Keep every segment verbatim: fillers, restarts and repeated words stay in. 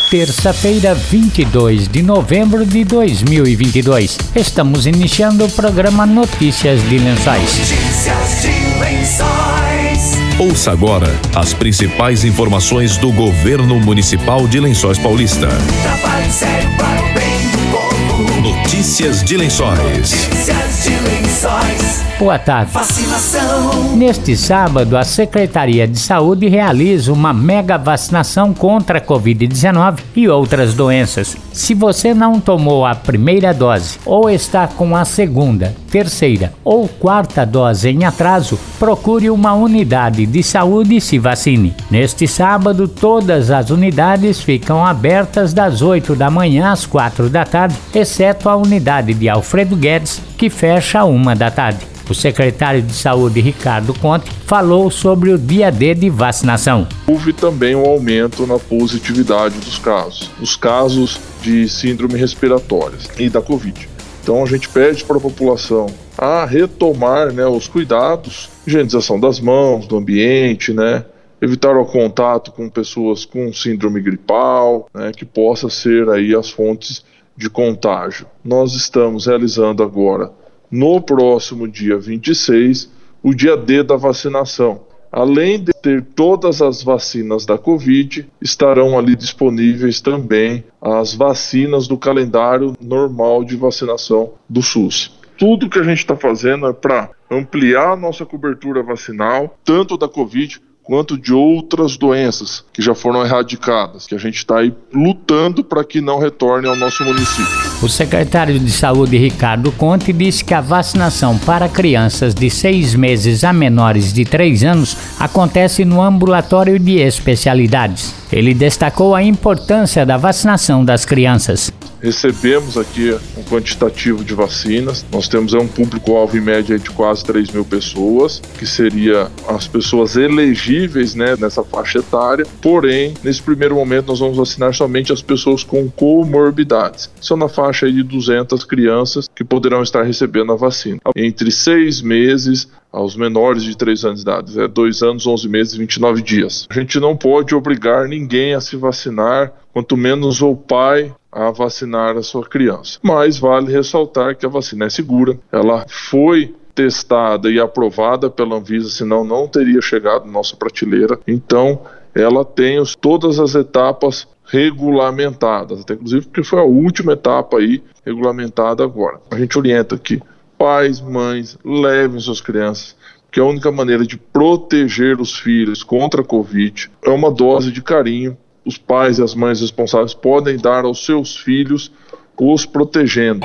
terça-feira, vinte e dois de novembro de dois mil e vinte e dois. Estamos iniciando o programa Notícias de Lençóis. Notícias de Lençóis. Ouça agora as principais informações do governo municipal de Lençóis Paulista. Trabalho sério para o bem do povo. Notícias de Lençóis. Notícias de Lençóis. Boa tarde. Vacinação. Neste sábado, a Secretaria de Saúde realiza uma mega vacinação contra a covid dezenove e outras doenças. Se você não tomou a primeira dose ou está com a segunda, terceira ou quarta dose em atraso, procure uma unidade de saúde e se vacine. Neste sábado, todas as unidades ficam abertas das oito da manhã às quatro da tarde, exceto a unidade de Alfredo Guedes, que fecha a uma da tarde. O secretário de Saúde, Ricardo Conte, falou sobre o dia D de vacinação. Houve também um aumento na positividade dos casos, os casos de síndrome respiratórias e da Covid. Então a gente pede para a população a retomar, né, os cuidados, higienização das mãos, do ambiente, né, evitar o contato com pessoas com síndrome gripal, né, que possa ser aí as fontes de contágio. Nós estamos realizando agora, no próximo dia vinte e seis, o dia D da vacinação. Além de ter todas as vacinas da Covid, estarão ali disponíveis também as vacinas do calendário normal de vacinação do SUS. Tudo que a gente está fazendo é para ampliar a nossa cobertura vacinal, tanto da Covid quanto de outras doenças que já foram erradicadas, que a gente está aí lutando para que não retornem ao nosso município. O secretário de Saúde, Ricardo Conte, disse que a vacinação para crianças de seis meses a menores de três anos acontece no ambulatório de especialidades. Ele destacou a importância da vacinação das crianças. Recebemos aqui um quantitativo de vacinas, nós temos um público-alvo em média de quase três mil pessoas, que seria as pessoas elegíveis, né, nessa faixa etária, porém, nesse primeiro momento nós vamos vacinar somente as pessoas com comorbidades. São na faixa aí de duzentas crianças que poderão estar recebendo a vacina. Entre seis meses aos menores de três anos de idade, é dois anos, onze meses e vinte e nove dias. A gente não pode obrigar ninguém a se vacinar, quanto menos o pai a vacinar a sua criança. Mas vale ressaltar que a vacina é segura, ela foi testada e aprovada pela Anvisa, senão não teria chegado na nossa prateleira. Então, ela tem os, todas as etapas regulamentadas, até inclusive porque foi a última etapa aí regulamentada agora. A gente orienta aqui, pais, mães, levem suas crianças, que a única maneira de proteger os filhos contra a Covid é uma dose de carinho. Os pais e as mães responsáveis podem dar aos seus filhos, os protegendo.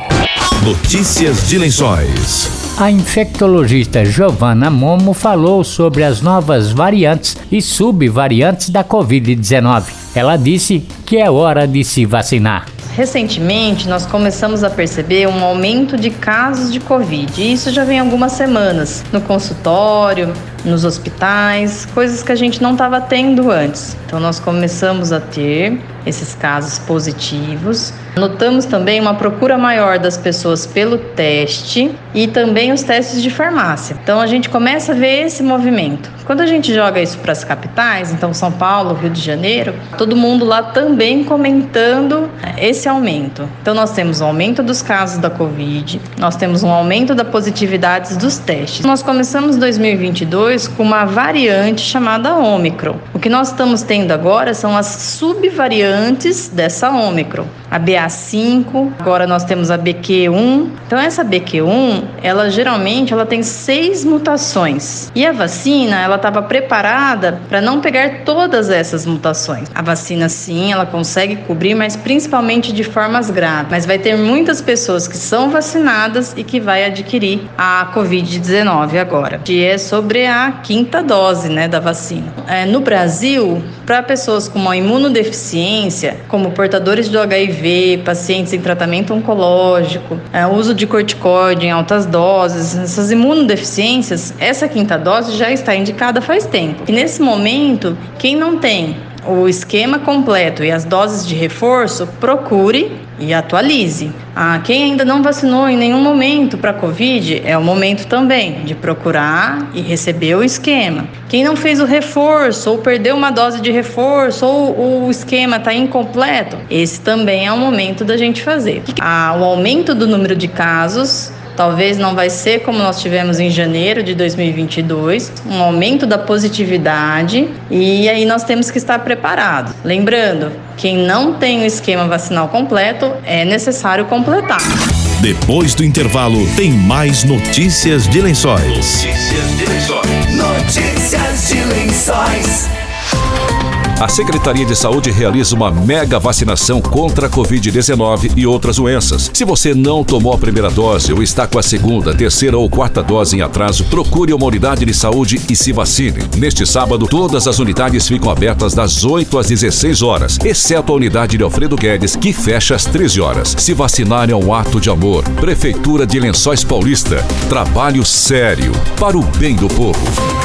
Notícias de Lençóis. A infectologista Giovana Momo falou sobre as novas variantes e subvariantes da covid dezenove. Ela disse que é hora de se vacinar. Recentemente, nós começamos a perceber um aumento de casos de Covid, e isso já vem algumas semanas, no consultório, nos hospitais, coisas que a gente não estava tendo antes. Então, nós começamos a ter esses casos positivos. Notamos também uma procura maior das pessoas pelo teste e também os testes de farmácia. Então, a gente começa a ver esse movimento. Quando a gente joga isso para as capitais, então São Paulo, Rio de Janeiro, todo mundo lá também comentando esse aumento. Então, nós temos um aumento dos casos da Covid, nós temos um aumento da positividade dos testes. Nós começamos dois mil e vinte e dois com uma variante chamada Ômicron. O que nós estamos tendo agora são as subvariantes dessa Ômicron. A B A cinco, agora nós temos a B Q um. Então, essa B Q um, ela geralmente ela tem seis mutações. E a vacina, ela estava preparada para não pegar todas essas mutações. A vacina, sim, ela consegue cobrir, mas principalmente de formas graves. Mas vai ter muitas pessoas que são vacinadas e que vai adquirir a covid dezenove agora. Que é sobre a quinta dose, né, da vacina. É, no Brasil, para pessoas com uma imunodeficiência, como portadores do H I V, pacientes em tratamento oncológico, é, uso de corticoide em altas doses, essas imunodeficiências, essa quinta dose já está indicada faz tempo. E nesse momento, quem não tem o esquema completo e as doses de reforço, procure e atualize. Ah, quem ainda não vacinou em nenhum momento para a Covid, é o momento também de procurar e receber o esquema. Quem não fez o reforço ou perdeu uma dose de reforço ou o esquema está incompleto, esse também é o momento da gente fazer. Ah, o aumento do número de casos talvez não vai ser como nós tivemos em janeiro de dois mil e vinte e dois, um aumento da positividade, e aí nós temos que estar preparados. Lembrando, quem não tem o esquema vacinal completo, é necessário completar. Depois do intervalo, tem mais Notícias de Lençóis. Notícias de Lençóis. Notícias de Lençóis. A Secretaria de Saúde realiza uma mega vacinação contra a covid dezenove e outras doenças. Se você não tomou a primeira dose ou está com a segunda, terceira ou quarta dose em atraso, procure uma unidade de saúde e se vacine. Neste sábado, todas as unidades ficam abertas das oito às dezesseis horas, exceto a unidade de Alfredo Guedes, que fecha às treze horas. Se vacinar é um ato de amor. Prefeitura de Lençóis Paulista. Trabalho sério para o bem do povo.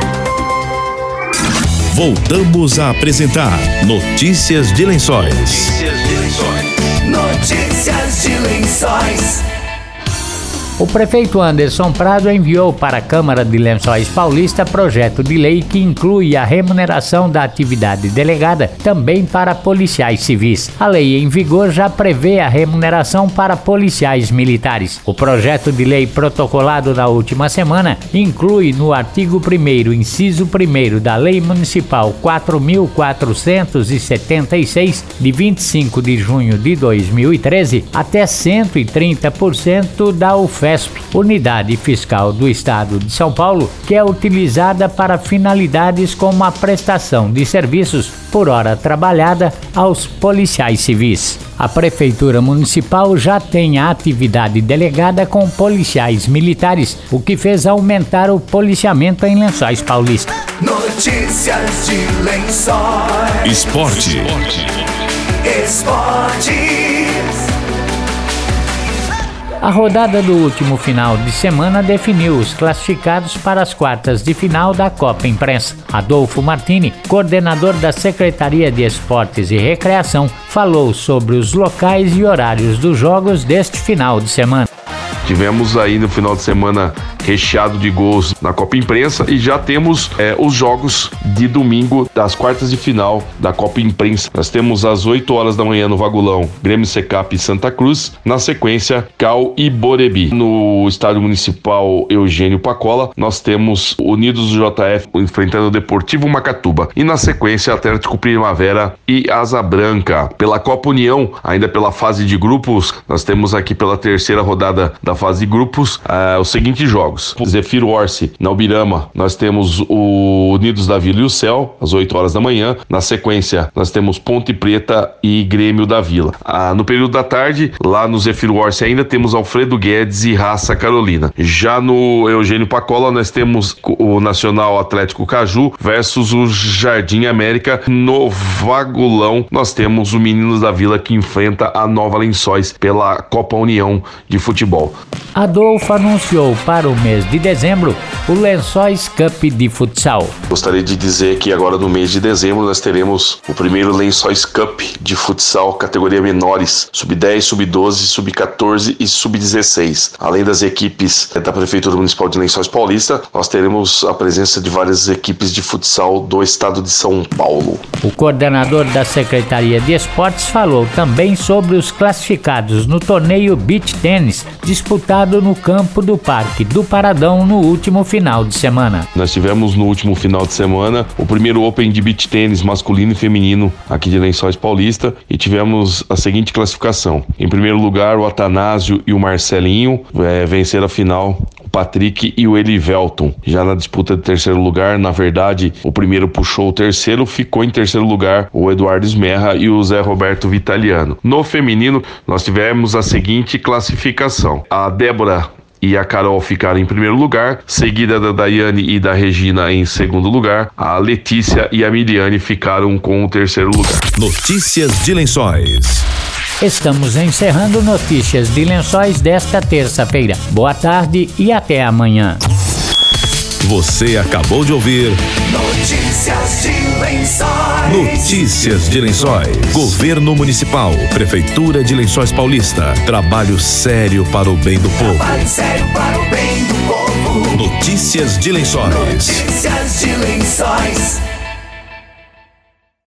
Voltamos a apresentar Notícias de Lençóis. Notícias de Lençóis. Notícias de Lençóis. O prefeito Anderson Prado enviou para a Câmara de Lençóis Paulista projeto de lei que inclui a remuneração da atividade delegada também para policiais civis. A lei em vigor já prevê a remuneração para policiais militares. O projeto de lei protocolado na última semana inclui no artigo primeiro, inciso primeiro da Lei Municipal quatro mil quatrocentos e setenta e seis, de vinte e cinco de junho de dois mil e treze, até cento e trinta por cento da oferta Unidade Fiscal do Estado de São Paulo, que é utilizada para finalidades como a prestação de serviços por hora trabalhada aos policiais civis. A Prefeitura Municipal já tem a atividade delegada com policiais militares, o que fez aumentar o policiamento em Lençóis Paulista. Notícias de Lençóis. Esporte. Esportes. A rodada do último final de semana definiu os classificados para as quartas de final da Copa Imprensa. Adolfo Martini, coordenador da Secretaria de Esportes e Recreação, falou sobre os locais e horários dos jogos deste final de semana. Tivemos aí no final de semana recheado de gols na Copa Imprensa e já temos é, os jogos de domingo das quartas de final da Copa Imprensa. Nós temos às oito horas da manhã no Vagulão, Grêmio Secap e Santa Cruz. Na sequência, Cal e Borebi. No Estádio Municipal Eugênio Pacola, nós temos Unidos do J F enfrentando o Deportivo Macatuba. E na sequência, Atlético Primavera e Asa Branca. Pela Copa União, ainda pela fase de grupos, nós temos aqui pela terceira rodada da fase de grupos uh, os seguintes jogos: Zefiro Orsi na Ubirama, nós temos o Unidos da Vila e o Céu às oito horas da manhã. Na sequência nós temos Ponte Preta e Grêmio da Vila. Uh, no período da tarde, lá no Zefiro Orsi ainda temos Alfredo Guedes e Raça Carolina. Já no Eugênio Pacola nós temos o Nacional Atlético Caju versus o Jardim América. No Vagulão nós temos o Meninos da Vila que enfrenta a Nova Lençóis pela Copa União de Futebol. Adolfo anunciou para o mês de dezembro o Lençóis Cup de futsal. Gostaria de dizer que agora no mês de dezembro nós teremos o primeiro Lençóis Cup de futsal categoria menores, sub dez, sub doze, sub catorze e sub dezesseis. Além das equipes da Prefeitura Municipal de Lençóis Paulista, nós teremos a presença de várias equipes de futsal do estado de São Paulo. O coordenador da Secretaria de Esportes falou também sobre os classificados no torneio Beach Tennis, disputado no campo do Parque do Paradão no último final de semana. Nós tivemos no último final de semana o primeiro Open de Beach Tênis masculino e feminino aqui de Lençóis Paulista e tivemos a seguinte classificação. Em primeiro lugar, o Atanásio e o Marcelinho é, venceram a final, o Patrick e o Elivelton. Já na disputa de terceiro lugar, na verdade, o primeiro puxou o terceiro, ficou em terceiro lugar o Eduardo Esmerra e o Zé Roberto Vitaliano. No feminino, nós tivemos a seguinte classificação. A Débora e a Carol ficaram em primeiro lugar, seguida da Daiane e da Regina em segundo lugar. A Letícia e a Miriane ficaram com o terceiro lugar. Notícias de Lençóis. Estamos encerrando Notícias de Lençóis desta terça-feira. Boa tarde e até amanhã. Você acabou de ouvir Notícias de Lençóis. Notícias de Lençóis. Governo Municipal, Prefeitura de Lençóis Paulista. Trabalho sério para o bem do povo. Trabalho sério para o bem do povo. Notícias de Lençóis. Notícias de Lençóis.